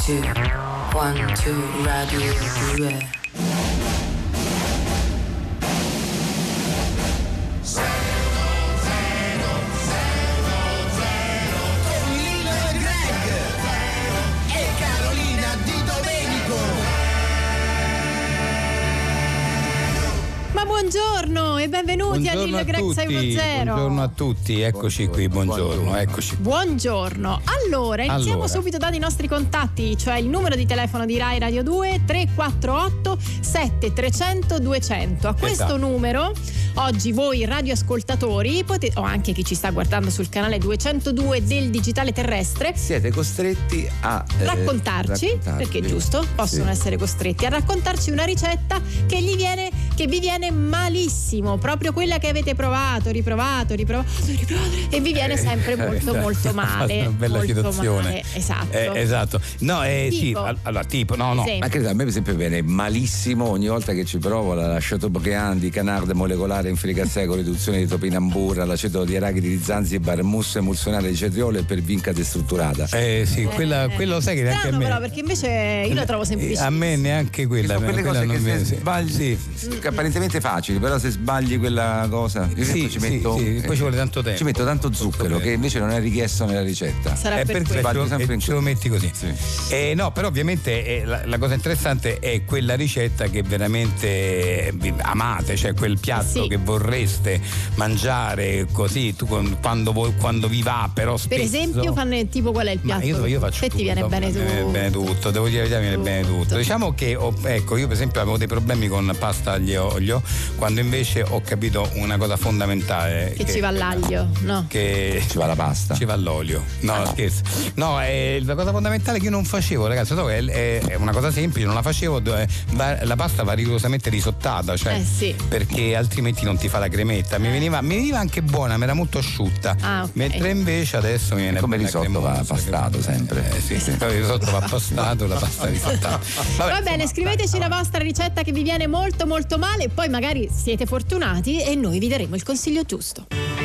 2, 1, 2, Radio 2. Buongiorno e benvenuti a Lillo Greg 610. Buongiorno a tutti, eccoci qui, buongiorno, eccoci. Buongiorno. Allora, iniziamo subito dai nostri contatti, cioè il numero di telefono di Rai Radio 2 348 7300 200. A questo numero oggi voi radioascoltatori potete, o anche chi ci sta guardando sul canale 202 del digitale terrestre, siete costretti a raccontarci, perché è giusto, possono essere costretti a raccontarci una ricetta che vi viene malissimo, proprio quella che avete provato, riprovato e vi viene sempre molto male. Una bella situazione. Esatto. No, tipo. Sì, allora tipo, no. Ma credo, a me per esempio viene malissimo ogni volta che ci provo la Chateaubriand di Canard molecolare in fricassè con riduzione di topinambura, l'aceto di arachidi di Zanzibar, mousse emulsionale di cetriolo e per vinca destrutturata. Sì, quello sai che neanche a me. Però, perché invece io la trovo semplicissima. A me neanche quella. Sono quelle cose che se sbagli, sì. Apparentemente facili, però se sbagli quella cosa, io ci metto, poi ci vuole tanto tempo. Ci metto tanto zucchero che invece non è richiesto nella ricetta. Sarà per ce lo metti così. Sì. No, però ovviamente la cosa interessante è quella ricetta che veramente amate, cioè quel piatto che vorreste mangiare così tu quando vi va, però spesso. Per esempio, fanno tipo qual è il piatto? Io faccio tutto. Ti viene bene tutto, devo dire, viene bene tutto. Diciamo che io per esempio avevo dei problemi con pasta aglio olio, quando invece ho capito una cosa fondamentale, che ci va l'aglio, no? Che ci va la pasta, ci va l'olio, scherzo. No, è la cosa fondamentale che io non facevo, ragazzi. È una cosa semplice, non la facevo. La pasta va rigorosamente risottata, cioè perché altrimenti non ti fa la cremetta. Mi veniva anche buona, ma era molto asciutta. Mentre invece adesso mi viene come il risotto va pastato sempre. Il risotto va pastato, la pasta risottata. Va bene, scriveteci la vostra ricetta che vi viene molto male, e poi magari siete fortunati e noi vi daremo il consiglio giusto.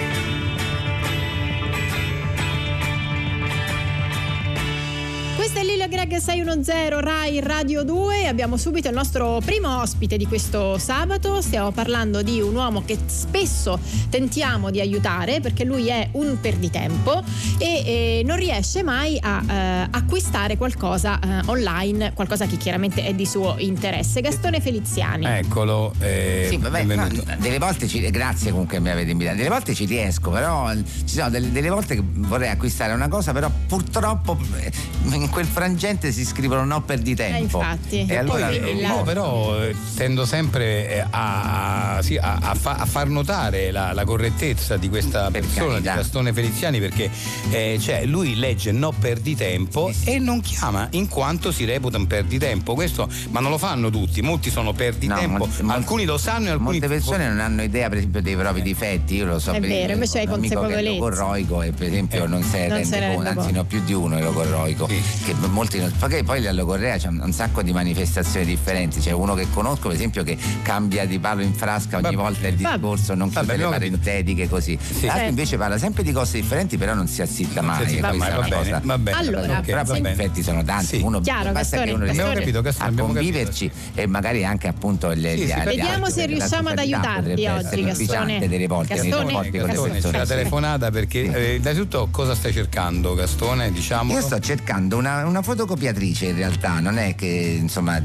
Questo è Lillo Greg 610 Rai Radio 2. Abbiamo subito il nostro primo ospite di questo sabato. Stiamo parlando di un uomo che spesso tentiamo di aiutare perché lui è un perditempo e non riesce mai a acquistare qualcosa online, qualcosa che chiaramente è di suo interesse. Gastone Feliziani. Eccolo. Delle volte grazie comunque mi avete invitato. Delle volte ci riesco, però ci sono delle volte che vorrei acquistare una cosa, però purtroppo in quel frangente si scrivono no perditempo. Infatti. E allora però tendo sempre a far notare la correttezza di questa persona, di Gastone Feliziani, perché cioè lui legge no perditempo e non chiama in quanto si reputa un perditempo. Questo, ma non lo fanno tutti, molti sono perditempo, alcuni lo sanno e alcuni molte persone non hanno idea per esempio dei propri difetti. Io lo so, è vero, invece hai consapevolezza. È logorroico e per esempio non se ne rende conto, anzi ne ho più di uno logorroico, che molti non, perché poi la logorrea c'è un sacco di manifestazioni differenti. C'è uno che conosco per esempio che cambia di palo in frasca ogni volta il discorso, non chiude le parentetiche così. Altri invece parla sempre di cose differenti, però non si azzitta mai. Va bene. Allora, però i difetti sono tanti. Uno basta che uno riesca a conviverci e magari anche appunto vediamo se riusciamo ad aiutarti oggi, Gastone. Delle volte la telefonata, perché innanzitutto cosa stai cercando, Gastone? Diciamo. Io sto cercando una fotocopiatrice, in realtà non è che insomma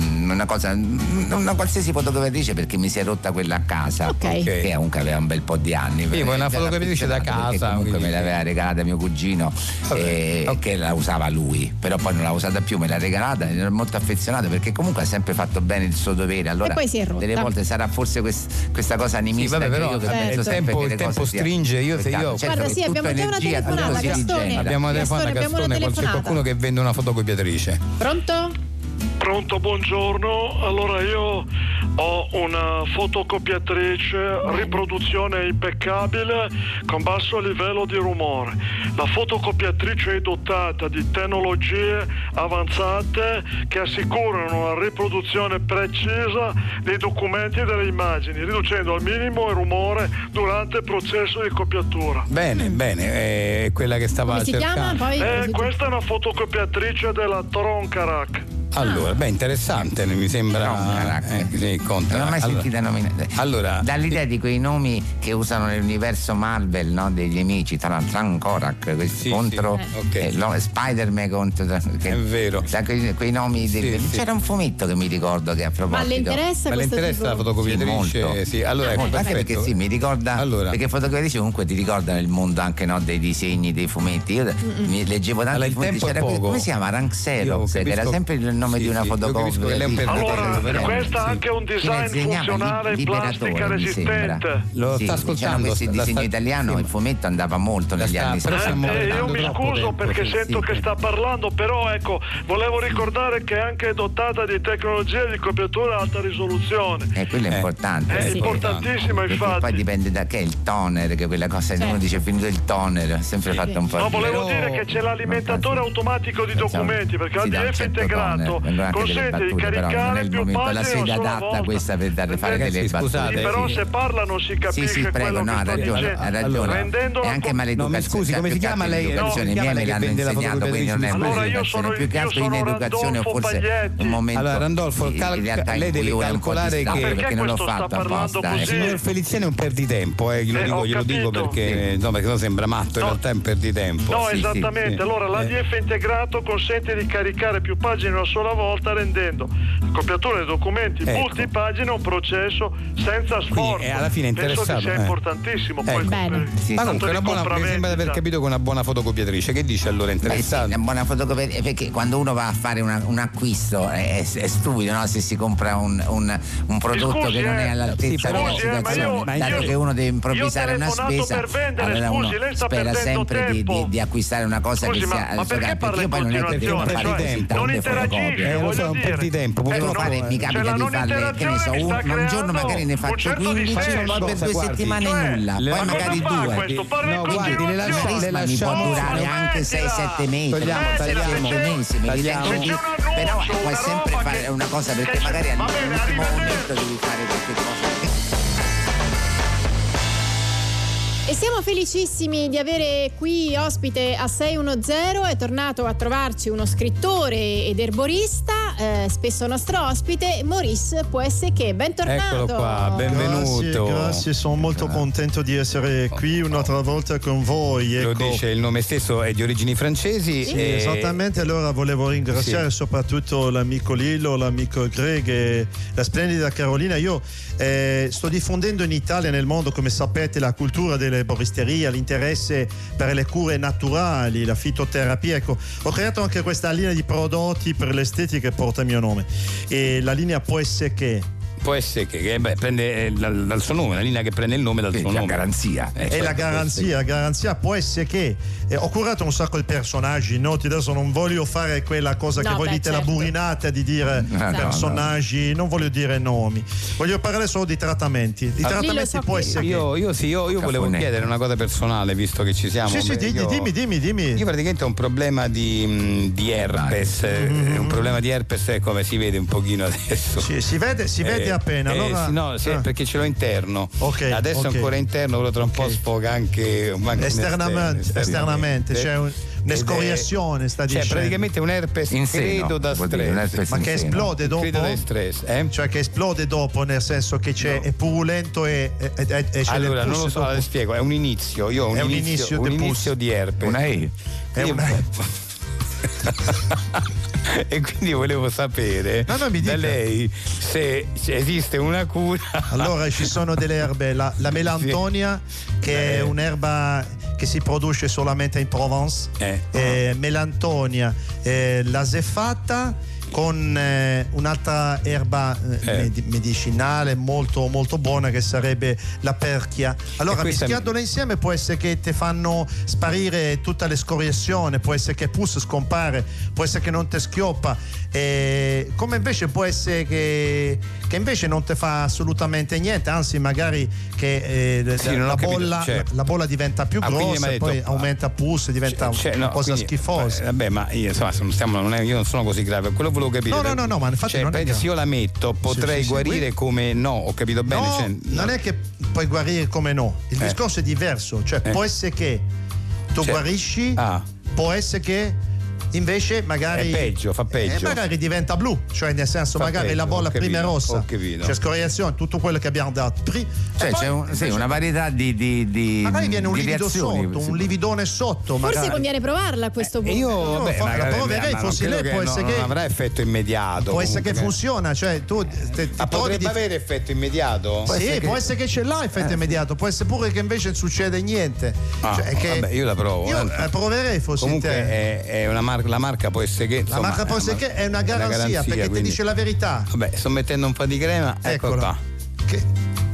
una qualsiasi fotocopiatrice, perché mi si è rotta quella a casa, che comunque aveva un bel po' di anni. Sì, una fotocopiatrice da casa, comunque me l'aveva regalata mio cugino che la usava lui, però poi non l'ha usata più, me l'ha regalata, ero molto affezionato perché comunque ha sempre fatto bene il suo dovere. Allora e poi si è rotta. Delle volte sarà forse questa cosa animista, però il tempo stringe. Guarda, abbiamo già una telefonata, Gastone. Abbiamo una telefonata, Gastone, c'è qualcuno che vende una fotocopiatrice. Pronto? Pronto, buongiorno. Allora io ho una fotocopiatrice, riproduzione impeccabile con basso livello di rumore. La fotocopiatrice è dotata di tecnologie avanzate che assicurano una riproduzione precisa dei documenti e delle immagini, riducendo al minimo il rumore durante il processo di copiatura. Bene, è quella che stava cercando. Come si chiama? Poi Questa è una fotocopiatrice della Troncarac. Allora, interessante, mi sembra. Conta. Non ho mai sentito nominare. Allora, dall'idea di quei nomi che usano nell'universo Marvel, no? Degli nemici, tra Trankorak, contro Spider-Man contro. È vero. Quei nomi. C'era un fumetto che mi ricordo che a proposito. Ma le interessa la fotocopiatrice? Sì, allora anche perché mi ricorda. Perché fotocopiatrice comunque ti ricordano il mondo anche dei disegni, dei fumetti. Io mi leggevo tanti fumetti. C'era come si chiama? Ranxerox, che era sempre il nome di una fotocopia. Allora, questa ha anche un design funzionale in plastica resistente. Lo sta ascoltando. Questo disegno italiano, il fumetto andava molto negli anni 60. Io mi scuso perché sento che sta parlando, però ecco, volevo ricordare che è anche dotata di tecnologie di copiatura a alta risoluzione. Quello è importante. È importantissimo, infatti. Poi dipende da che è il toner, che quella cosa, uno dice finito il toner, ho sempre fatto un po'. No, volevo dire che c'è l'alimentatore automatico di documenti, perché l'ADF integrato consente di caricare più pagine la sede adatta questa per fare delle battute. Però se parla non si capisce quello che sto dicendo. Ha ragione. È anche maleducazione. Scusi, come si chiama lei? I miei me l'hanno insegnato, quindi non è maleducazione, più che altro in educazione o forse un momento. Allora Randolfo, lei deve calcolare che perché non l'ho fatto apposta. Il signor Feliziano è un perditempo, glielo dico perché no, sembra matto, in realtà è un perditempo. No, esattamente. Allora l'ADF integrato consente di caricare più pagine una sola volta, rendendo la copiatura dei documenti multipagine un processo senza sforzo. Quindi, alla fine è interessato. Penso che sia importantissimo. Poi ma comunque mi sembra di aver capito che è una buona fotocopiatrice. Che dice allora? Interessato? Una buona fotocopiatrice, perché quando uno va a fare un acquisto è stupido, no? Se si compra un prodotto che non è all'altezza della situazione, dato che uno deve improvvisare una spesa, allora uno spera sempre di acquistare una cosa che sia al suo caso, perché io poi non è che devo fare tante fotocopie. Lo so, un po' di tempo. Devo fare, mi capita di farle, che ne so, un giorno magari ne faccio 15, poi per 2 settimane nulla, poi magari 2. No, guardi, mi può durare anche 6-7 mesi, 7 mesi, mi ritengo di, però puoi sempre fare una cosa, perché magari all'ultimo momento devi fare qualche cosa. E siamo felicissimi di avere qui ospite a 610, è tornato a trovarci uno scrittore ed erborista, spesso nostro ospite, Maurice Puesseché. Bentornato. Eccolo qua, benvenuto. Grazie, sono molto contento di essere qui un'altra volta con voi. Lo dice il nome stesso, è di origini francesi. Sì, esattamente, allora volevo ringraziare soprattutto l'amico Lillo, l'amico Greg e la splendida Carolina. Io sto diffondendo in Italia e nel mondo, come sapete, la cultura delle erboristerie, l'interesse per le cure naturali, la fitoterapia. Ecco, ho creato anche questa linea di prodotti per l'estetica che porta il mio nome, e la linea Puesseché. Puesseché, prende dal suo nome, la linea che prende il nome dal suo nome. Garanzia. È la garanzia Puesseché. Ho curato un sacco di personaggi noti, adesso non voglio fare quella cosa che voi dite, la burinata di dire personaggi, non voglio dire nomi, voglio parlare solo di trattamenti. I trattamenti Puesseché. Io volevo chiedere una cosa personale, visto che ci siamo. Sì, dimmi. Io praticamente ho un problema di herpes, un problema di herpes, come si vede un pochino adesso. Sì, si vede appena. Allora... perché ce l'ho interno. Okay, adesso è ancora interno, però tra un po' sfoga anche esternamente. C'è un'escoriazione, sta dicendo. Cioè praticamente un herpes credo da stress. Ma che esplode dopo? Credo da stress, Cioè che esplode dopo, nel senso che è purulento e allora non lo so, le spiego, è un inizio. Io ho un inizio di herpes. Una E. E quindi volevo sapere da lei se esiste una cura. Allora ci sono delle erbe, la melantonia che è un'erba che si produce solamente in Provence, melantonia, la zeffata con un'altra erba medicinale molto molto buona che sarebbe la perchia. Allora mischiandole insieme può essere che ti fanno sparire tutta l'escoriazione, può essere che pus scompare, può essere che non ti schioppa, come invece può essere che invece non ti fa assolutamente niente, anzi magari che la bolla diventa più grossa, poi aumenta pus, diventa una cosa schifosa. Vabbè, ma io insomma io non sono così grave, quello volevo capire. No, ma infatti non è se io la metto potrei guarire come no, ho capito bene? No, non è che puoi guarire come no, il discorso è diverso, cioè può essere che tu guarisci, può essere che invece magari è peggio, fa peggio, magari diventa blu, cioè nel senso fa magari peggio, la bolla prima è rossa, c'è scoriazione, tutto quello che abbiamo dato prima, cioè c'è una varietà di magari viene un livido reazioni, sotto, un lividone sotto, forse magari. conviene provarla a questo punto. Io la proverei, fossi lei, può essere che non avrà effetto immediato, può essere che funziona, cioè tu potrebbe avere effetto immediato, può essere che ce l'ha effetto immediato, può essere pure che invece non succede niente, vabbè, io la provo, io proverei fossi comunque te. È una la marca può essere che la marca può essere che è una garanzia perché quindi ti dice la verità. Vabbè, sto mettendo un po' di crema, ecco qua che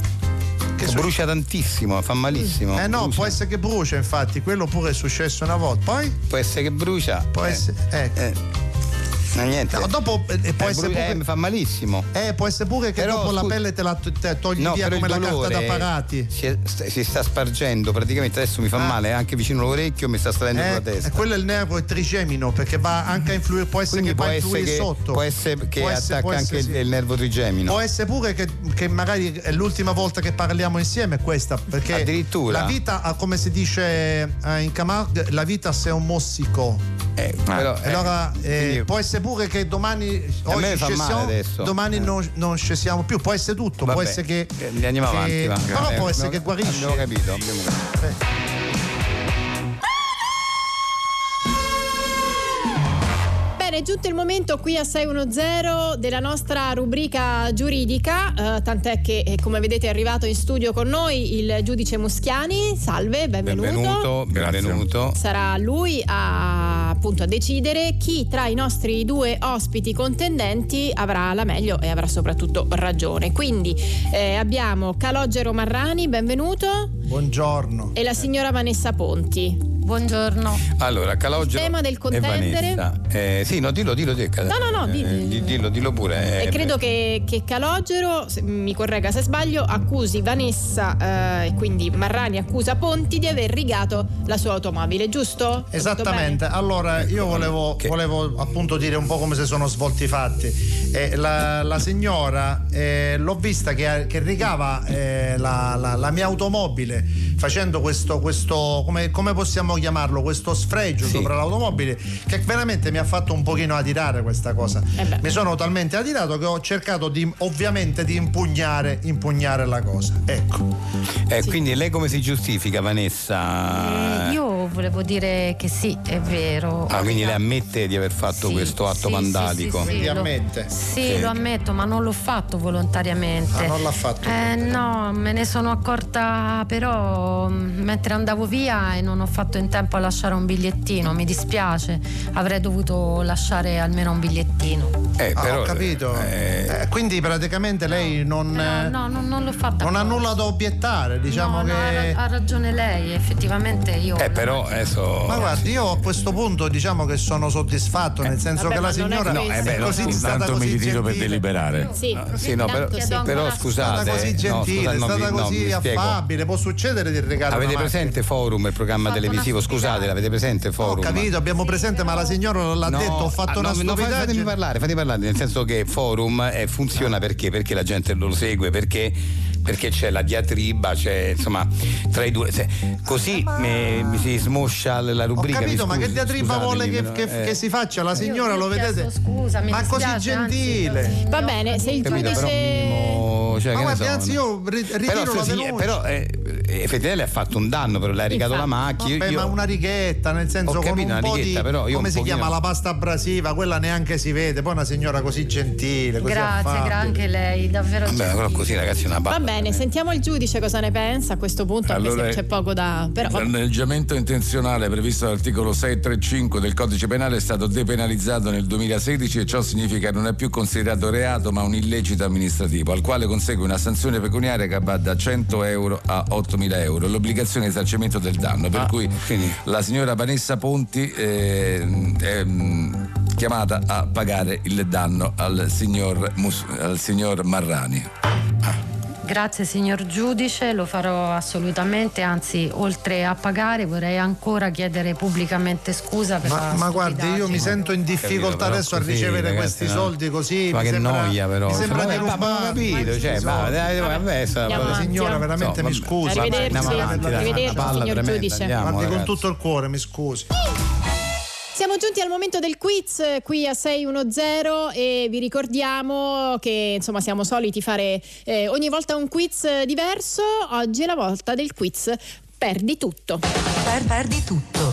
brucia tantissimo, fa malissimo. No, brucia. Può essere che brucia, infatti, quello pure è successo una volta. Poi può essere che brucia, può essere niente. No, dopo può essere pure mi fa malissimo. Può essere pure che dopo la pelle te la togli via come la carta d'apparati. Si sta spargendo praticamente, adesso mi fa male anche vicino all'orecchio, mi sta salendo sulla testa. Quello è il nervo trigemico, perché va anche a influire, può essere quindi che va a influire sotto. Può essere che attacca anche il nervo trigemico. Può essere pure che magari è l'ultima volta che parliamo insieme questa, perché addirittura la vita, come si dice in Camargue, la vita è un mossico. Allora può essere pure che domani oggi ci siamo, domani non ci siamo più, può essere tutto. Vabbè, può essere che andiamo avanti, va. Però può essere che guarisce. Abbiamo capito. È giunto il momento qui a 610 della nostra rubrica giuridica, tant'è che come vedete è arrivato in studio con noi il giudice Muschiani. Salve, benvenuto. Sarà lui a decidere chi tra i nostri due ospiti contendenti avrà la meglio e avrà soprattutto ragione. Quindi abbiamo Calogero Marrani, benvenuto. Buongiorno. E la signora Vanessa Ponti. Buongiorno. Allora, Calogero tema del contendere. Sì, no, dillo Decca. No, dillo pure. E credo che Calogero, mi corregga se sbaglio, accusi Vanessa e quindi Marrani accusa Ponti di aver rigato la sua automobile, giusto? Esattamente. Allora, io volevo appunto dire un po' come si sono svolti i fatti. La signora l'ho vista che rigava la mia automobile facendo questo come possiamo chiamarlo, questo sfregio sopra l'automobile, che veramente mi ha fatto un pochino adirare questa cosa. Mi sono talmente adirato che ho cercato ovviamente di impugnare la cosa. Ecco. Quindi lei come si giustifica, Vanessa? Io volevo dire che sì, è vero. Quindi lei ammette di aver fatto questo atto vandalico? Quindi ammette? Sì, lo ammetto, ma non l'ho fatto volontariamente. Non l'ha fatto? No, me ne sono accorta però mentre andavo via e non ho fatto in tempo a lasciare un bigliettino, mi dispiace, avrei dovuto lasciare almeno un bigliettino. Però, ho capito. Quindi praticamente lei non l'ho fatta. Non ha nulla da obiettare, diciamo che ha ragione lei, effettivamente io. Però adesso. Ma guardi, io a questo punto diciamo che sono soddisfatto, nel senso che la signora è così stata così gentile per deliberare. Però scusate, è stata così gentile, è stata così affabile, può succedere di regalo. Avete presente Forum, il programma televisivo? Scusate, l'avete presente Forum? Ho capito, abbiamo presente, ma la signora l'ha detto, ho fatto una stupidaggine. Fatemi parlare, nel senso che Forum funziona perché la gente lo segue, perché c'è la diatriba, c'è insomma tra i due, così mi si smoscia la rubrica. Ho capito, ma che diatriba vuole che si faccia? La signora, lo vedete? Scusami, ma così gentile. Va bene, se il giudice bravo, cioè, ma guardi, so, anzi io ritiro la denuncia. Però effettivamente ha fatto un danno, però l'ha rigato la macchina. Vabbè, ma una righetta, nel senso, con un po' di, però io come si chiama, la pasta abrasiva, quella neanche si vede. Poi una signora così gentile, così grazie anche lei, davvero gentile. Però così, ragazzi, una Va bene, sentiamo il giudice cosa ne pensa a questo punto, allora, anche se c'è poco da... Però... Il danneggiamento intenzionale previsto dall'articolo 635 del Codice Penale è stato depenalizzato nel 2016 e ciò significa che non è più considerato reato ma un illecito amministrativo, al quale consegue una sanzione pecuniaria che va da 100 euro a 8.000 euro, l'obbligazione di risarcimento del danno, per cui quindi la signora Vanessa Ponti è chiamata a pagare il danno al signor Marrani. Grazie signor giudice, lo farò assolutamente, anzi oltre a pagare vorrei ancora chiedere pubblicamente scusa per ma guardi, io mi sento in difficoltà adesso a ricevere questi soldi così. Ma che noia, però. Mi sembra di capito, cioè, vabbè, signora, veramente mi scusi. Arrivederci signor giudice. Guardi, con tutto il cuore, mi scusi. Siamo giunti al momento del quiz qui a 610 e vi ricordiamo che insomma siamo soliti fare ogni volta un quiz diverso. Oggi è la volta del quiz Perdi tutto. Perdi tutto.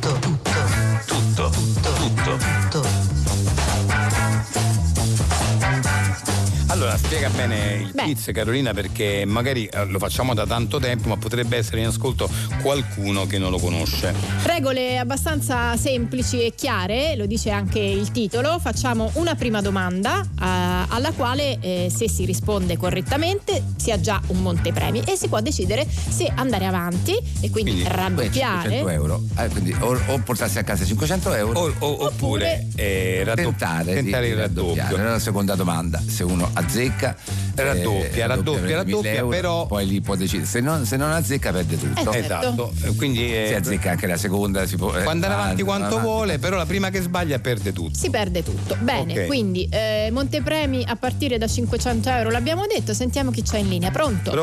Allora, spiega bene il quiz, Carolina, perché magari lo facciamo da tanto tempo, ma potrebbe essere in ascolto qualcuno che non lo conosce. Regole abbastanza semplici e chiare, lo dice anche il titolo. Facciamo una prima domanda alla quale se si risponde correttamente si ha già un montepremi e si può decidere se andare avanti e quindi raddoppiare 500 euro. Quindi o portarsi a casa 500 euro oppure tentare il raddoppio. Nella seconda domanda, se uno azzecca raddoppia, però poi lì può decidere, se non azzecca perde tutto. Esatto, quindi se azzecca anche la seconda si può andare avanti quanto vuole, però la prima che sbaglia perde tutto. Si perde tutto. Bene, quindi montepremi a partire da 500 euro l'abbiamo detto. Sentiamo chi c'è in linea. Pronto,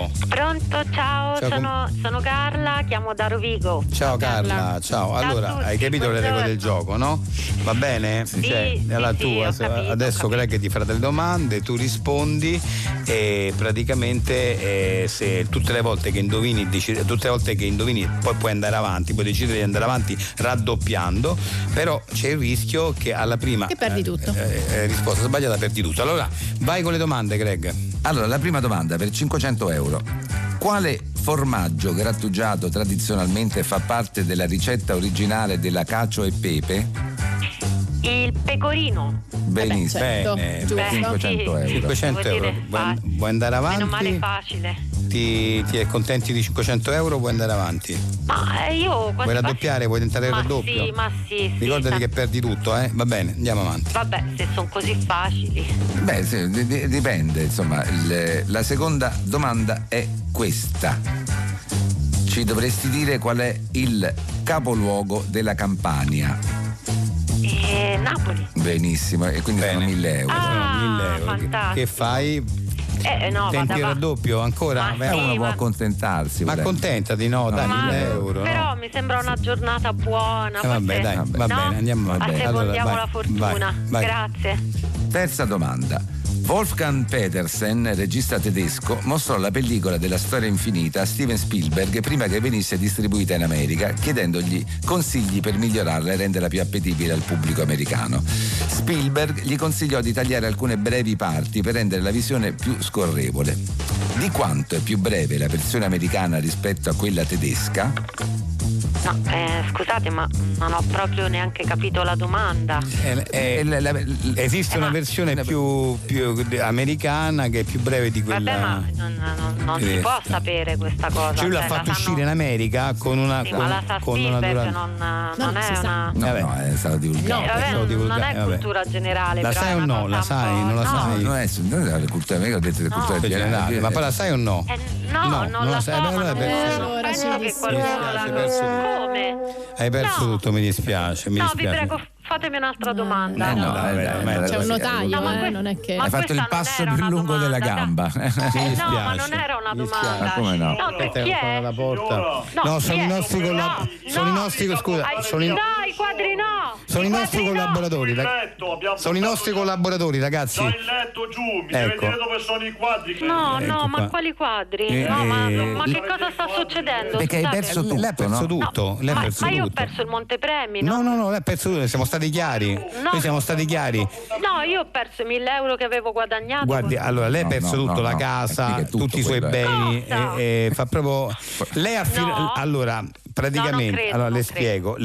ciao, sono Carla, chiamo da Rovigo. Ciao Carla, ciao. Allora, hai capito le regole del gioco, no? Va bene? Sì, adesso Greg ti farà delle domande, tu rispondi e praticamente se tutte le volte che indovini poi puoi andare avanti, puoi decidere di andare avanti raddoppiando, però c'è il rischio che alla prima che perdi tutto. Risposta sbagliata perdi tutto. Allora vai con le domande, Greg. Allora, la prima domanda per 500 euro: quale formaggio grattugiato tradizionalmente fa parte della ricetta originale della cacio e pepe? Il pecorino. Benissimo, bene, 500 euro. 500 euro. Vuoi andare avanti? Meno male facile. Ti è contenti di 500 euro? Vuoi andare avanti? Ma io vuoi raddoppiare? Vuoi tentare il raddoppio? Sì. Ricordati che perdi tutto, Va bene, andiamo avanti. Vabbè, se sono così facili. Beh, dipende, insomma. La seconda domanda è questa: ci dovresti dire qual è il capoluogo della Campania? Napoli. Benissimo, e quindi sono 1.000 euro. Sono 1.000 euro. Fantastico. Che fai? No, tenti il raddoppio ancora? Uno può accontentarsi. Ma accontati, no, dai, 1.000 euro. Però mi sembra una giornata buona. Vabbè, dai, va bene, andiamo avanti. Assecondiamo la fortuna. Vai. Grazie. Terza domanda. Wolfgang Petersen, regista tedesco, mostrò la pellicola della storia infinita a Steven Spielberg prima che venisse distribuita in America, chiedendogli consigli per migliorarla e renderla più appetibile al pubblico americano. Spielberg gli consigliò di tagliare alcune brevi parti per rendere la visione più scorrevole. Di quanto è più breve la versione americana rispetto a quella tedesca? No, scusate, ma non ho proprio neanche capito la domanda. Esiste una versione più americana che è più breve di quella. Vabbè, ma non si può sapere questa cosa. Cioè, lui l'ha fatto uscire in America con una. Sì, ma la sa Spielberg non è una. No, è stato divulgato. Non è cultura generale. La sai o no? La sai? Non la sai? Non è la cultura americana, ho detto che è cultura generale. Ma poi la sai o no? No, non la so. Allora Come? Hai perso tutto, mi dispiace. Vi prego, fatemi un'altra domanda. C'è un notaio, non è che hai fatto il passo più lungo della gamba. No, ma non era una domanda. Ma come no? Chi è? La porta. No, sono i nostri scusa. Dai, quadri no. Sono i nostri collaboratori. Sono i nostri collaboratori, ragazzi. Dai il letto giù, mi deve dire dove sono i quadri. No, ma quali quadri? No, ma che cosa sta succedendo? Perché hai perso tutto. Lei ha perso tutto. Ma io ho perso il montepremi, no? No, lei ha perso tutto, siamo stati chiari. Noi siamo stati chiari. No, io ho perso 1.000 euro che avevo guadagnato. Guardi, allora lei ha perso tutto, la casa, tutti i suoi beni. Fa proprio. Lei allora, praticamente. Allora le spiego.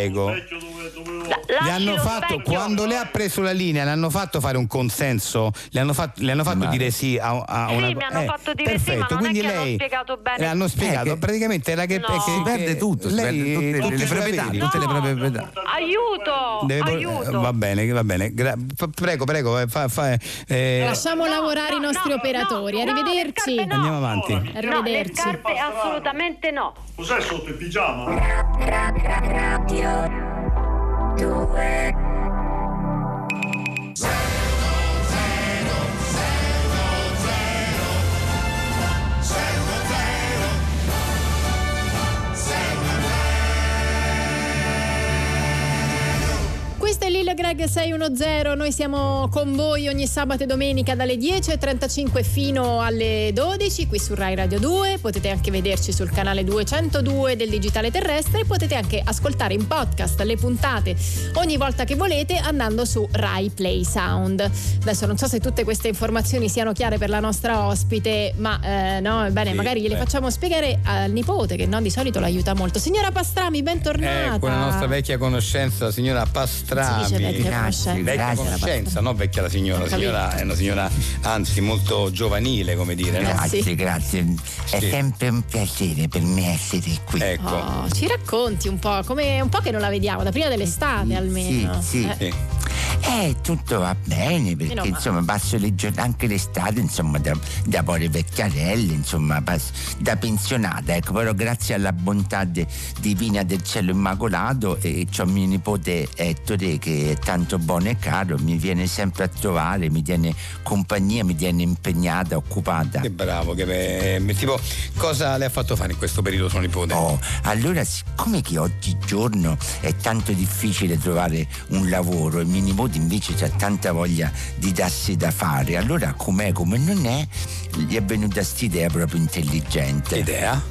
Le hanno fatto, quando lei ha preso la linea, le hanno fatto fare un consenso, le hanno fatto dire sì a una. Sì, mi hanno fatto dire perfetto, sì, ma quindi non è che lei hanno spiegato bene. Le hanno spiegato, praticamente era che si perde tutto, lei, tutte le proprietà, tutte le proprie proprietà. Aiuto! Va bene. Prego, lasciamo lavorare i nostri operatori. Arrivederci. Andiamo avanti. Arrivederci. No, le scarpe assolutamente no. Cos'è sotto il pigiama? Radio 2. Questo è Lil Greg 610, noi siamo con voi ogni sabato e domenica dalle 10:35 fino alle 12 qui su Rai Radio 2, potete anche vederci sul canale 202 del digitale terrestre, potete anche ascoltare in podcast le puntate ogni volta che volete andando su Rai Play Sound. Adesso non so se tutte queste informazioni siano chiare per la nostra ospite, ma no, bene, sì, magari gliele facciamo spiegare al nipote che di solito l'aiuta molto. Signora Pastrami, bentornata. Ecco la nostra vecchia conoscenza, signora Pastrami. Si dice vecchia conoscenza, non vecchia la signora. La signora è una signora, anzi, molto giovanile, come dire. Grazie. È sempre un piacere per me essere qui. Ecco. Ci racconti un po', come un po' che non la vediamo, da prima dell'estate almeno. Sì. Tutto va bene, perché insomma passo le giornate, anche l'estate, insomma, da povere vecchiarelle, insomma, da pensionata, ecco, però grazie alla bontà divina del cielo immacolato c'ho mio nipote Ettore che è tanto buono e caro, mi viene sempre a trovare, mi tiene compagnia, mi tiene impegnata, occupata. Che bravo, tipo, cosa le ha fatto fare in questo periodo suo nipote? Allora, siccome che oggigiorno è tanto difficile trovare un lavoro e mio nipote invece c'ha tanta voglia di darsi da fare, allora come non è, gli è venuta st'idea proprio intelligente. Che idea?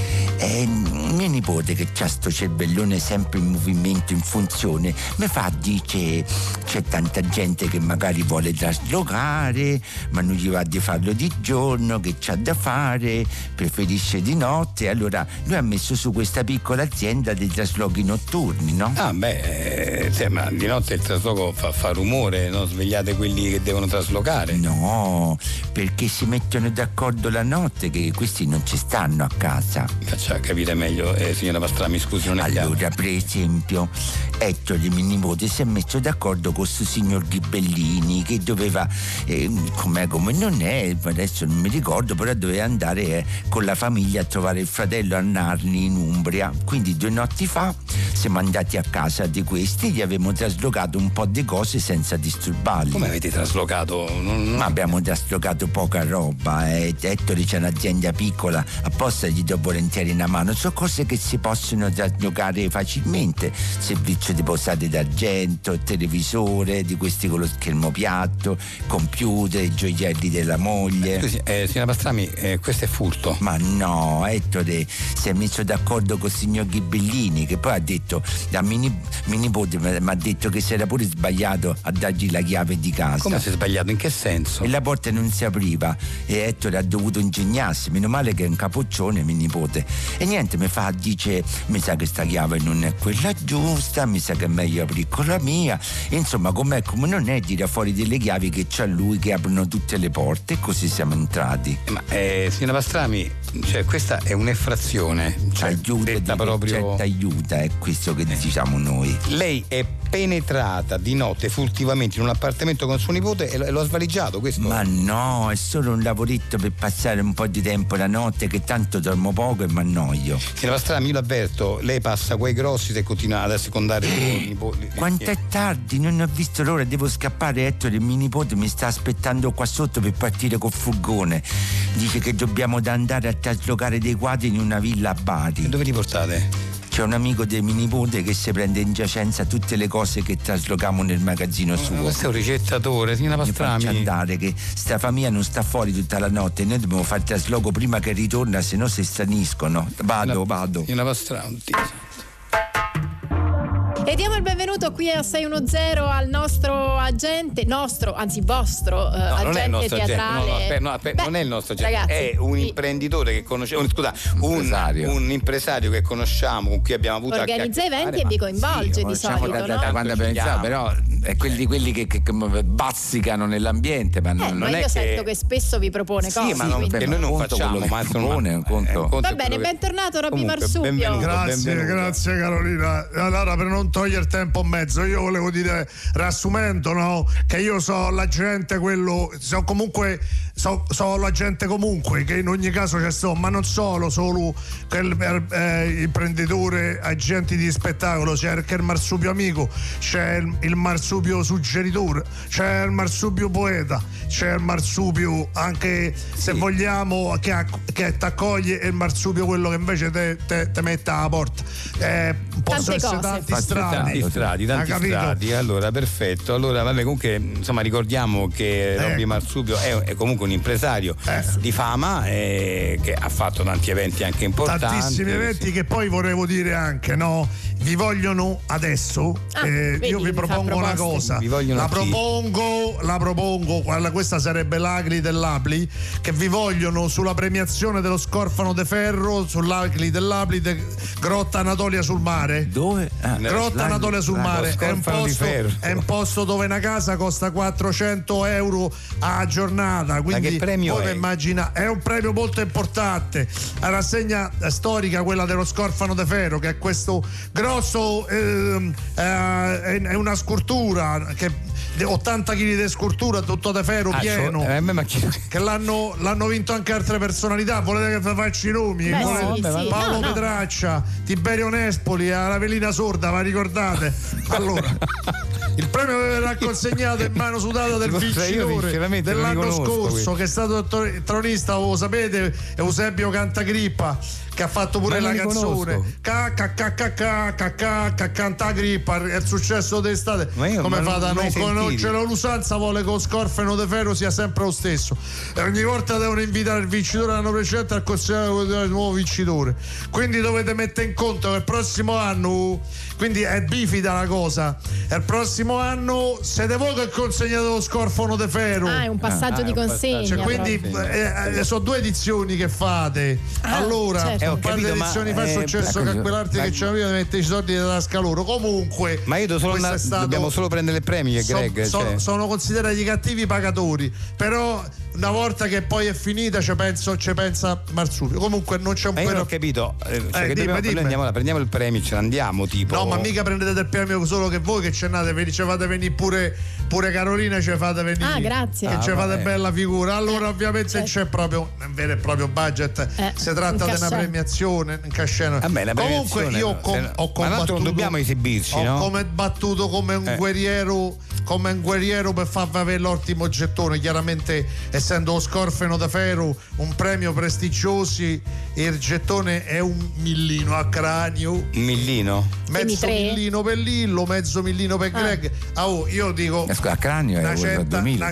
Mio nipote, che c'ha sto cervellone sempre in movimento, in funzione, dice c'è tanta gente che magari vuole traslocare, ma non gli va di farlo di giorno, che c'ha da fare, preferisce di notte. Allora lui ha messo su questa piccola azienda dei traslochi notturni, no? Ma di notte il trasloco fa rumore, no? Svegliate quelli che devono traslocare. No, perché si mettono d'accordo la notte, che questi non ci stanno a casa. Faccia capire meglio, signora Pastrami, scusi, non è chiaro. Allora, per esempio, Ettore, mio nipote, si è messo d'accordo con questo signor Ghibellini che doveva, come non è, adesso non mi ricordo, però doveva andare con la famiglia a trovare il fratello a Narni in Umbria. Quindi 2 notti fa siamo andati a casa di questi, gli avevamo traslocato un po' di cose senza disturbarli. Come avete traslocato? Ma abbiamo traslocato poca roba. Ettore c'è un'azienda piccola, apposta gli do volentieri una mano. Sono cose che si possono traslocare facilmente: servizio di posate d'argento, televisore di questi con lo schermo piatto, computer, gioielli della moglie. Scusi, signora Pastrami, questo è furto. Ma no, Ettore si è messo d'accordo con il signor Ghibellini, che poi ha detto a mio nipote, mi ha detto che si era pure sbagliato a dargli la chiave di casa. Come si è sbagliato? In che senso? E la porta non si apriva e Ettore ha dovuto ingegnarsi, meno male che è un capoccione mio nipote. E niente, dice, mi sa che sta chiave non è quella giusta, mi sa che è meglio aprire con la mia. E insomma, come non è, tira fuori delle chiavi che c'ha lui che aprono tutte le porte, e così siamo entrati. Ma signora Pastrami, questa è un'effrazione, aiuta proprio. Aiuta, è questo che diciamo noi. Lei è penetrata di notte furtivamente in un appartamento con suo nipote e lo ha svaligiato, questo? Ma no, è solo un lavoretto per passare un po' di tempo la notte, che tanto dormo poco e mi annoio. Signora Pastrami, io l'avverto, lei passa quei grossi se continua ad assecondare il nipote. Quanto è tardi, non ho visto l'ora, devo scappare. Ettore, mio nipote mi sta aspettando qua sotto per partire col furgone. Dice che dobbiamo andare a traslocare dei quadri in una villa a Bari. E dove li portate? c'è un amico dei miei nipote che si prende in giacenza tutte le cose che traslocamo nel magazzino suo. Questo è un ricettatore, Tina Pastrami. Faccio andare che sta famiglia non sta fuori tutta la notte, noi dobbiamo fare il trasloco prima che ritorna, se no si straniscono. Vado. Tina Pastrami. E diamo il benvenuto qui a 610 al nostro agente, vostro agente teatrale. Non è il nostro agente, ragazzi, è un imprenditore che conosciamo, un impresario che conosciamo, con cui abbiamo avuto organizza eventi e vi coinvolge di solito, da quando abbiamo iniziato, però è quelli che bazzicano nell'ambiente, ma non ma è io che... sento che spesso vi propone cose. Sì, ma che noi non facciamo, ma propone un conto. Va bene, bentornato Robby Marsupio. Grazie Carolina. Allora, per non togliere tempo in mezzo, io volevo dire, riassumendo, no, che io so l'agente l'agente comunque, che in ogni caso c'è ma non solo imprenditore, agenti di spettacolo, c'è anche il marsupio amico, c'è il marsupio suggeritore, c'è il marsupio poeta, c'è il marsupio anche se vogliamo che t'accoglie, e il marsupio quello che invece te mette alla porta. Possono essere tanti strati. Allora, perfetto. Allora, vabbè, comunque, insomma, ricordiamo che Robby Marsupio è comunque un impresario di fama, che ha fatto tanti eventi anche importanti. Tantissimi eventi, che poi volevo dire anche, no? Vi vogliono adesso, io vi propongo una cosa. La propongo, questa sarebbe l'Agli dell'Apli, che vi vogliono sulla premiazione dello Scorfano de Ferro, sull'Agli dell'Apli, Grotta Anatolia sul Mare. Dove? Grotta Anatolia sul Mare è un posto dove una casa costa 400 euro a giornata, quindi che premio voi immagina, è un premio molto importante. La rassegna storica, quella dello Scorfano de Ferro, che è questo grosso, è una scultura che 80 kg di scultura, tutto de ferro pieno, che l'hanno vinto anche altre personalità. Volete che vi faccia i nomi? Paolo Petraccia, Tiberio Nespoli, Ravelina Sorda, ma ricordate? Allora, il premio verrà consegnato in mano sudata del vincitore dell'anno scorso, che è stato il tronista, lo sapete, Eusebio Cantagrippa, che ha fatto pure la canzone Canta Grippa, è il successo d'estate. Come fate a non conoscere? L'usanza vuole che lo Scorfano de Ferro sia sempre lo stesso, e ogni volta devono invitare il vincitore dell'anno precedente al consiglio del nuovo vincitore, quindi dovete mettere in conto che il prossimo anno, quindi è bifida la cosa, e il prossimo anno siete voi che consegnate lo Scorfano de Ferro. È un passaggio di consegna, quindi sono 2 edizioni che fate. Allora, un paio di edizioni fa è successo che a quell'arte che c'era io mette i soldi della tasca loro. Comunque, ma io dobbiamo solo prendere il premio, Greg. Sono considerati i cattivi pagatori, però una volta che poi è finita ci pensa Marsupio. Comunque non c'è un io non ho capito, noi prendiamo il premio, ce ne andiamo, tipo. No, ma mica prendete il premio solo che voi, che ce n'ate, ci fate venire pure Carolina, ci fate venire. Grazie. Che ci fate bella figura. Allora, ovviamente c'è proprio un vero e proprio budget. Si tratta di una premiazione, un casceno. Comunque io ho combattuto, non dobbiamo esibirci, no? Come battuto come un guerriero per farvi avere l'ultimo gettone. Chiaramente, essendo lo Scorfano de Ferro un premio prestigioso, il gettone è un millino a cranio. Un millino? Mezzo millino per Lillo, mezzo millino per Greg. io dico a cranio è 2000,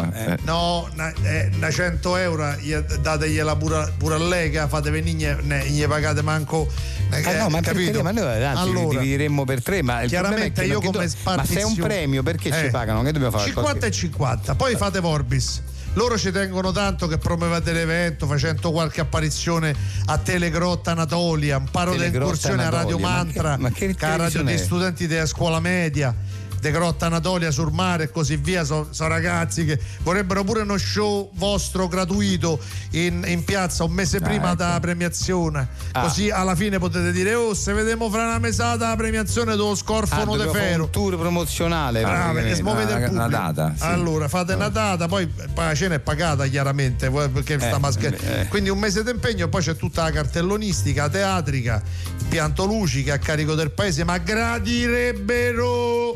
una 100 euro dategliela pure a lei, che fate venire, gli pagate manco. Ma noi divideremmo per 3, ma chiaramente io come ma se è un premio, perché ci pagano? Che dobbiamo fare? 50 e 50. Poi fate Vorbis. Loro ci tengono tanto che promuovete l'evento facendo qualche apparizione a Telegrotta Anatolia, un paro di incursione a Radio Mantra, che a radio di studenti della scuola media, de Grotta Anatolia sul Mare e così via. Sono ragazzi che vorrebbero pure uno show vostro gratuito in piazza un mese prima della premiazione, così alla fine potete dire: se vediamo fra una mesata la premiazione dello Scorfano de Ferro, un tour promozionale, e smuovete il pubblico. Una data, sì. Allora fate una data, poi la cena è pagata chiaramente, perché sta maschera. Quindi un mese d'impegno, poi c'è tutta la cartellonistica teatrica, pianto luci che è a carico del paese, ma gradirebbero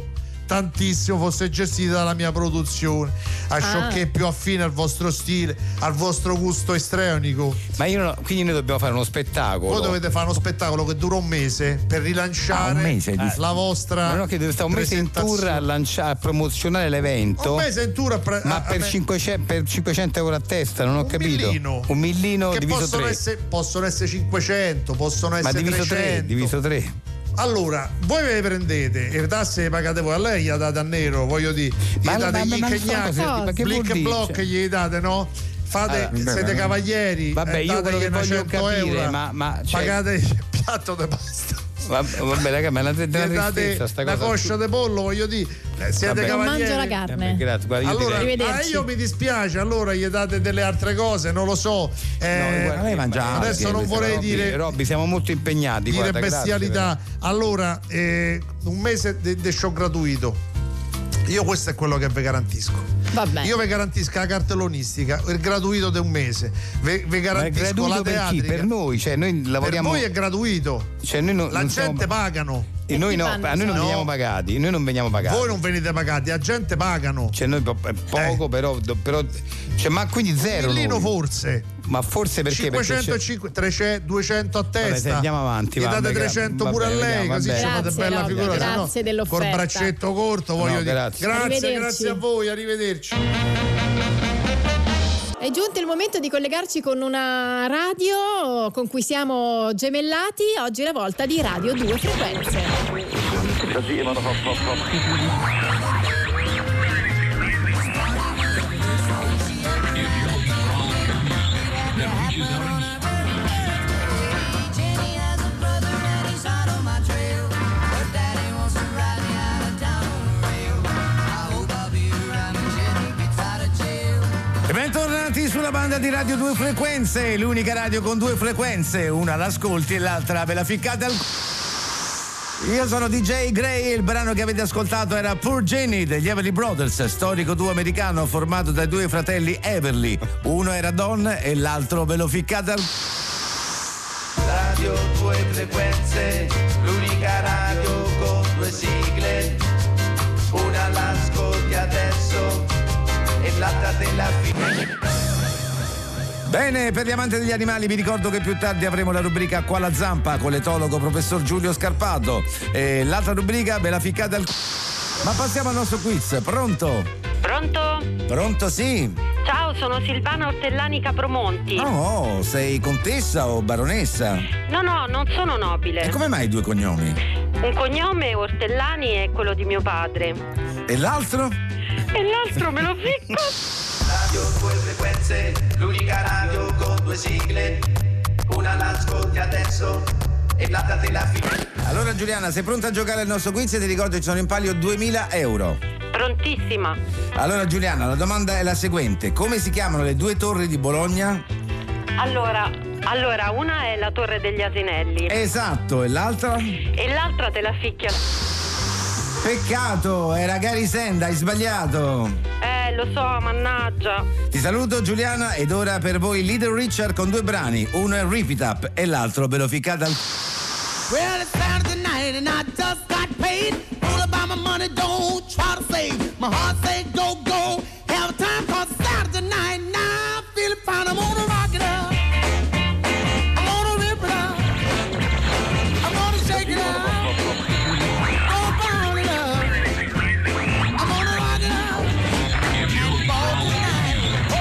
tantissimo fosse gestita dalla mia produzione, a ciò che è più affine al vostro stile, al vostro gusto istrionico. Ma quindi noi dobbiamo fare uno spettacolo. Voi dovete fare uno spettacolo che dura un mese per rilanciare la vostra. Ma no, che deve stare un mese in tour a promozionare l'evento. Un mese in tour ma per 500 euro a testa, non ho capito. Un millino che diviso 3. Possono essere 500, possono essere 300. Diviso 3. Allora, voi ve le prendete e le tasse le pagate voi, a lei gli date a nero, voglio dire, gli date gli incagnati, blick block gli date, no? Siete cavalieri, vabbè, io quello che voglio 100 capire, euro, ma pagate il piatto di pasta. Vabbè, raga, ma è una tristezza sta cosa. La coscia di pollo, voglio dire, siete cavalieri. Non mangio la carne. Grazie, guarda, allora, io mi dispiace, allora gli date delle altre cose, non lo so. Lei mangia adesso non vorrei dire. Robby, siamo molto impegnati. Dire guarda, bestialità. Grazie, allora, un mese di show gratuito. Io questo è quello che vi garantisco. Vabbè. Io vi garantisco la cartellonistica, il gratuito di un mese. Vi garantisco la teatrica. Per noi, cioè noi lavoriamo. Per voi è gratuito. Cioè noi la gente pagano. E noi no, a noi non veniamo pagati, noi non veniamo pagati. Voi non venite pagati, la gente pagano. Cioè noi poco, però cioè, ma quindi zero. Un forse. Ma forse perché 505, 300, 200 a testa. Andiamo avanti. Gli date 300 pure a lei, così ci fate bella figura. Grazie dell'offerta. Col braccetto corto, voglio dire. Grazie a voi, arrivederci. È giunto il momento di collegarci con una radio con cui siamo gemellati. Oggi è la volta di Radio 2 Frequenze. Bentornati sulla banda di Radio 2 Frequenze, l'unica radio con 2 frequenze, una l'ascolti e l'altra ve la ficcate al Io sono DJ Gray, il brano che avete ascoltato era Poor Jenny degli Everly Brothers, storico duo americano formato dai due fratelli Everly. Uno era Don e l'altro ve lo ficcate al Radio 2 Frequenze, l'unica radio con 2 sigle, una l'ascolti adesso e l'altra della fine. Bene, per gli amanti degli animali vi ricordo che più tardi avremo la rubrica Qua la zampa con l'etologo professor Giulio Scarpato e l'altra rubrica ve la ficcate al Ma passiamo al nostro quiz, pronto? Pronto? Pronto, sì. Ciao, sono Silvana Ortellani Capromonti. Oh, sei contessa o baronessa? No, non sono nobile. E come mai 2 cognomi? Un cognome Ortellani è quello di mio padre. E l'altro? E l'altro me lo ficco. Radio 2 Frequenze, l'unica radio con 2 sigle, una l'ascolti adesso e l'altra te la fine. Allora Giuliana, sei pronta a giocare al nostro quiz? E ti ricordo che ci sono in palio 2000 euro. Prontissima. Allora Giuliana, la domanda è la seguente: come si chiamano le 2 torri di Bologna? Allora, una è la Torre degli Asinelli. Esatto, e l'altra? E l'altra te la ficchia. Peccato, era Gary Sand, hai sbagliato. Lo so, mannaggia. Ti saluto Giuliana ed ora per voi Little Richard con 2 brani, uno è Rip It Up e l'altro ve lo ficcate al Well, it's Saturday night and I just got paid. All about my money, don't try to save. My heart say go, go, have time cause it's Saturday night. Now I'm feeling fine, I'm gonna rock it up. I'm gonna rip it up. I'm gonna shake it up. I'm gonna burn it up. I'm gonna rock it up. And ball tonight.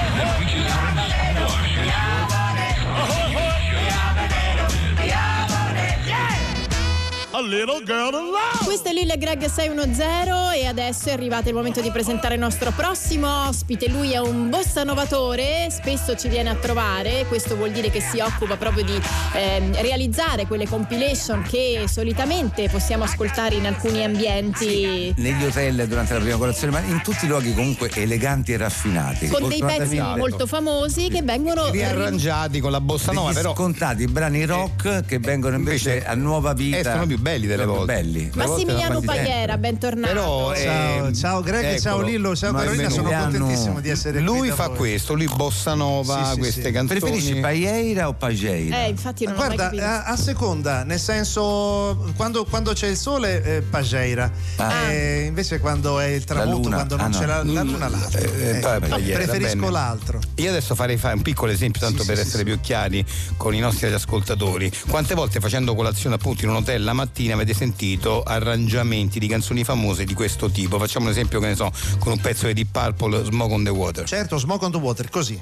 A little girl to love. Questo è Lille Greg 610 e adesso è arrivato il momento di presentare il nostro prossimo ospite. Lui è un bossa novatore, spesso ci viene a trovare, questo vuol dire che si occupa proprio di realizzare quelle compilation che solitamente possiamo ascoltare in alcuni ambienti, negli hotel durante la prima colazione, ma in tutti i luoghi comunque eleganti e raffinati, con dei pezzi molto famosi che vengono riarrangiati con la bossa nova, però scontati brani rock che vengono invece a nuova vita, sono più belli delle volte. Belli. Massimiliano Massimiliano Pagliera, bentornato. Però, ciao Greg, ciao Lillo, ciao Carolina, sono contentissimo di essere qui. Lui fa questo, lui bossa nova, queste canzoni. Preferisci Pagliera o Pagliera? Infatti non Guarda, ho mai capito. a seconda, nel senso quando c'è il sole Pagliera, invece quando è il tramonto, quando non c'è la luna l'altro. Preferisco l'altro. Io adesso farei un piccolo esempio tanto per essere più chiari con i nostri ascoltatori. Quante volte facendo colazione appunto in un hotel la mattina avete sentito arrangiamenti di canzoni famose di questo tipo? Facciamo un esempio, che ne so, con un pezzo di Deep Purple, Smoke on the Water. Certo, Smoke on the Water, così.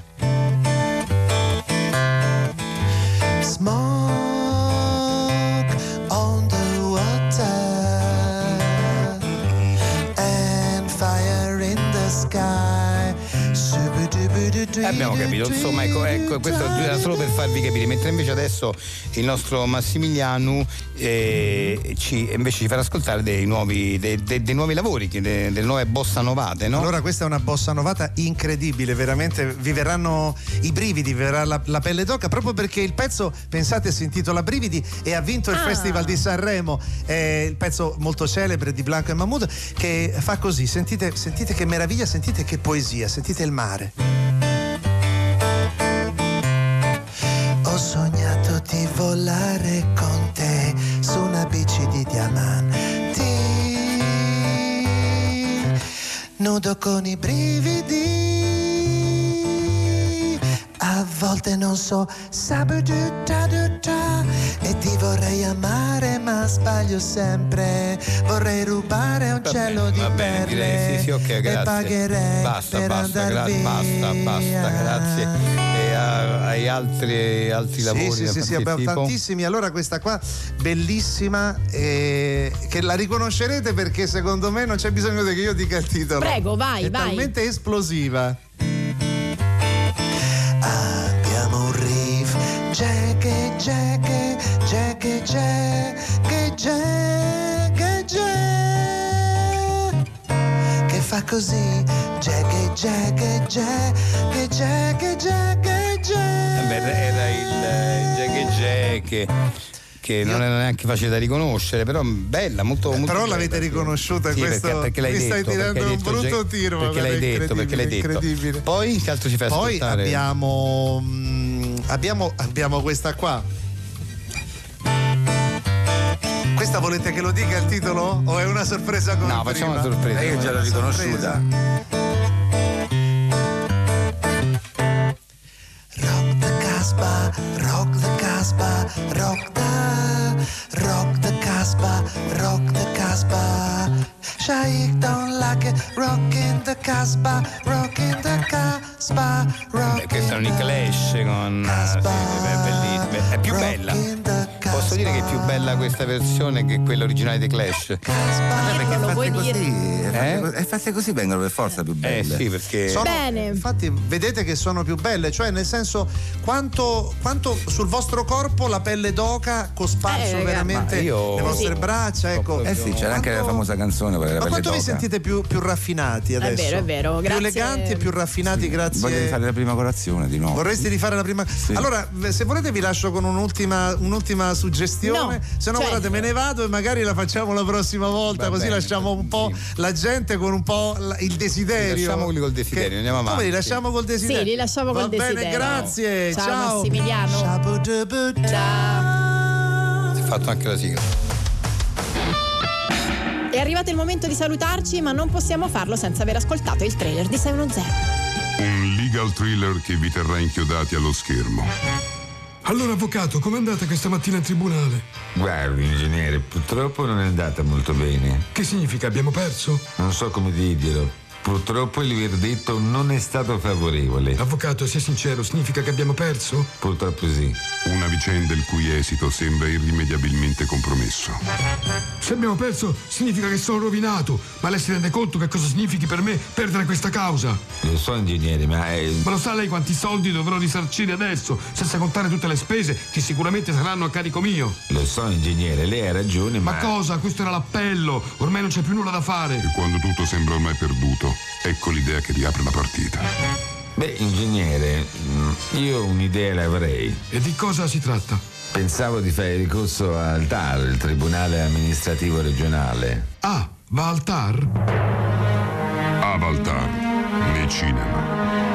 Smoke on the water and fire in the sky. Abbiamo capito, insomma, ecco, questo era solo per farvi capire, mentre invece adesso il nostro Massimiliano invece ci farà ascoltare dei nuovi lavori, delle nuove bossa novate, no? Allora questa è una bossa novata incredibile, veramente vi verranno i brividi, vi verrà la pelle d'oca, proprio perché il pezzo, pensate, si intitola Brividi e ha vinto il Festival di Sanremo. È il pezzo molto celebre di Blanco e Mahmood, che fa così, sentite che meraviglia, sentite che poesia, sentite il mare. Ho sognato di volare con te su una bici di diamanti, nudo con i brividi, a volte non so e ti vorrei amare ma sbaglio sempre, vorrei rubare un cielo di perle, direi sì, ok, grazie. E pagherei basta, basta, grazie. E hai altri lavori? Sì, abbiamo tantissimi. Allora questa qua bellissima, che la riconoscerete perché secondo me non c'è bisogno che io dica il titolo. Prego, vai. È talmente esplosiva. Abbiamo un riff che fa così, era il che non era neanche facile da riconoscere, però bella, molto però bella, l'avete riconosciuta, sì, questo perché l'hai mi detto, stai tirando un brutto tiro, perché l'hai detto, incredibile. Poi che altro ci fai ascoltare? Abbiamo questa qua. Questa volete che lo dica il titolo o è una sorpresa come No, prima? facciamo una sorpresa. Io già l'ho riconosciuta. Rock the Casbah, rock the Casbah, rock the Casbah. Shaik don't like it, rockin' the Casbah, rockin' the Casbah, rockin' Questa è un Clash con è bellissima, è più bella. Posso dire che è più bella questa versione che quella originale dei Clash? Perché lo vuoi dire? Fatte così vengono per forza più belle. Sì, perché bene. Infatti vedete che sono più belle, cioè nel senso quanto sul vostro corpo la pelle d'oca cosparso veramente le vostre braccia, ecco. Sì, c'era anche la famosa canzone per la pelle quanto d'oca. vi sentite più raffinati adesso? È vero, grazie. Più eleganti e più raffinati, grazie. Voglio rifare la prima colazione di nuovo. Vorresti rifare la prima? Sì. Allora, se volete vi lascio con un'ultima suggestione, se no guardate, me ne vado e magari la facciamo la prossima volta, così lasciamo un po' la gente con un po' il desiderio. Lasciamoli col desiderio, andiamo avanti. Come li lasciamo col desiderio? Sì, li lasciamo col desiderio. Va bene, grazie. Ciao Massimiliano. Ciao. Si è fatto anche la sigla. È arrivato il momento di salutarci, ma non possiamo farlo senza aver ascoltato il trailer di 610. Un legal thriller che vi terrà inchiodati allo schermo. Allora, avvocato, com'è andata questa mattina in tribunale? Guardi, ingegnere, purtroppo non è andata molto bene. Che significa? Abbiamo perso? Non so come dirglielo. Purtroppo il verdetto non è stato favorevole. Avvocato, sia sincero, significa che abbiamo perso? Purtroppo sì. Una vicenda il cui esito sembra irrimediabilmente compromesso. Se abbiamo perso, significa che sono rovinato. Ma lei si rende conto che cosa significhi per me perdere questa causa? Lo so, ingegnere, ma lo sa lei quanti soldi dovrò risarcire adesso, senza contare tutte le spese che sicuramente saranno a carico mio? Lo so, ingegnere, lei ha ragione, ma cosa? Questo era l'appello. Ormai non c'è più nulla da fare. E quando tutto sembra ormai perduto, ecco l'idea che riapre la partita. Beh, ingegnere, io un'idea l'avrei. E di cosa si tratta? Pensavo di fare ricorso al TAR, il Tribunale Amministrativo Regionale. Ah, va al TAR? Avaltar, nei cinema.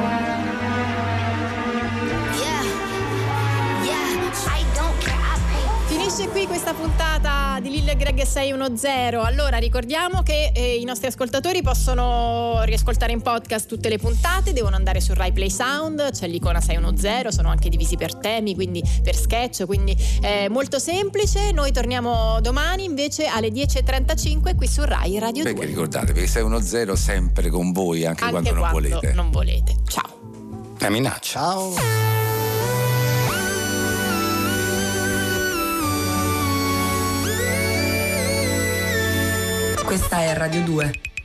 Finisce qui questa puntata di Lille Greg 610. Allora ricordiamo che i nostri ascoltatori possono riascoltare in podcast tutte le puntate, devono andare su Rai Play Sound, c'è l'icona 610, sono anche divisi per temi, quindi per sketch, quindi è molto semplice. Noi torniamo domani invece alle 10.35 qui su Rai Radio 2. Perché ricordatevi, 610 sempre con voi anche quando non volete. Non volete. Ciao. La minaccia. Ciao. Questa è Radio 2.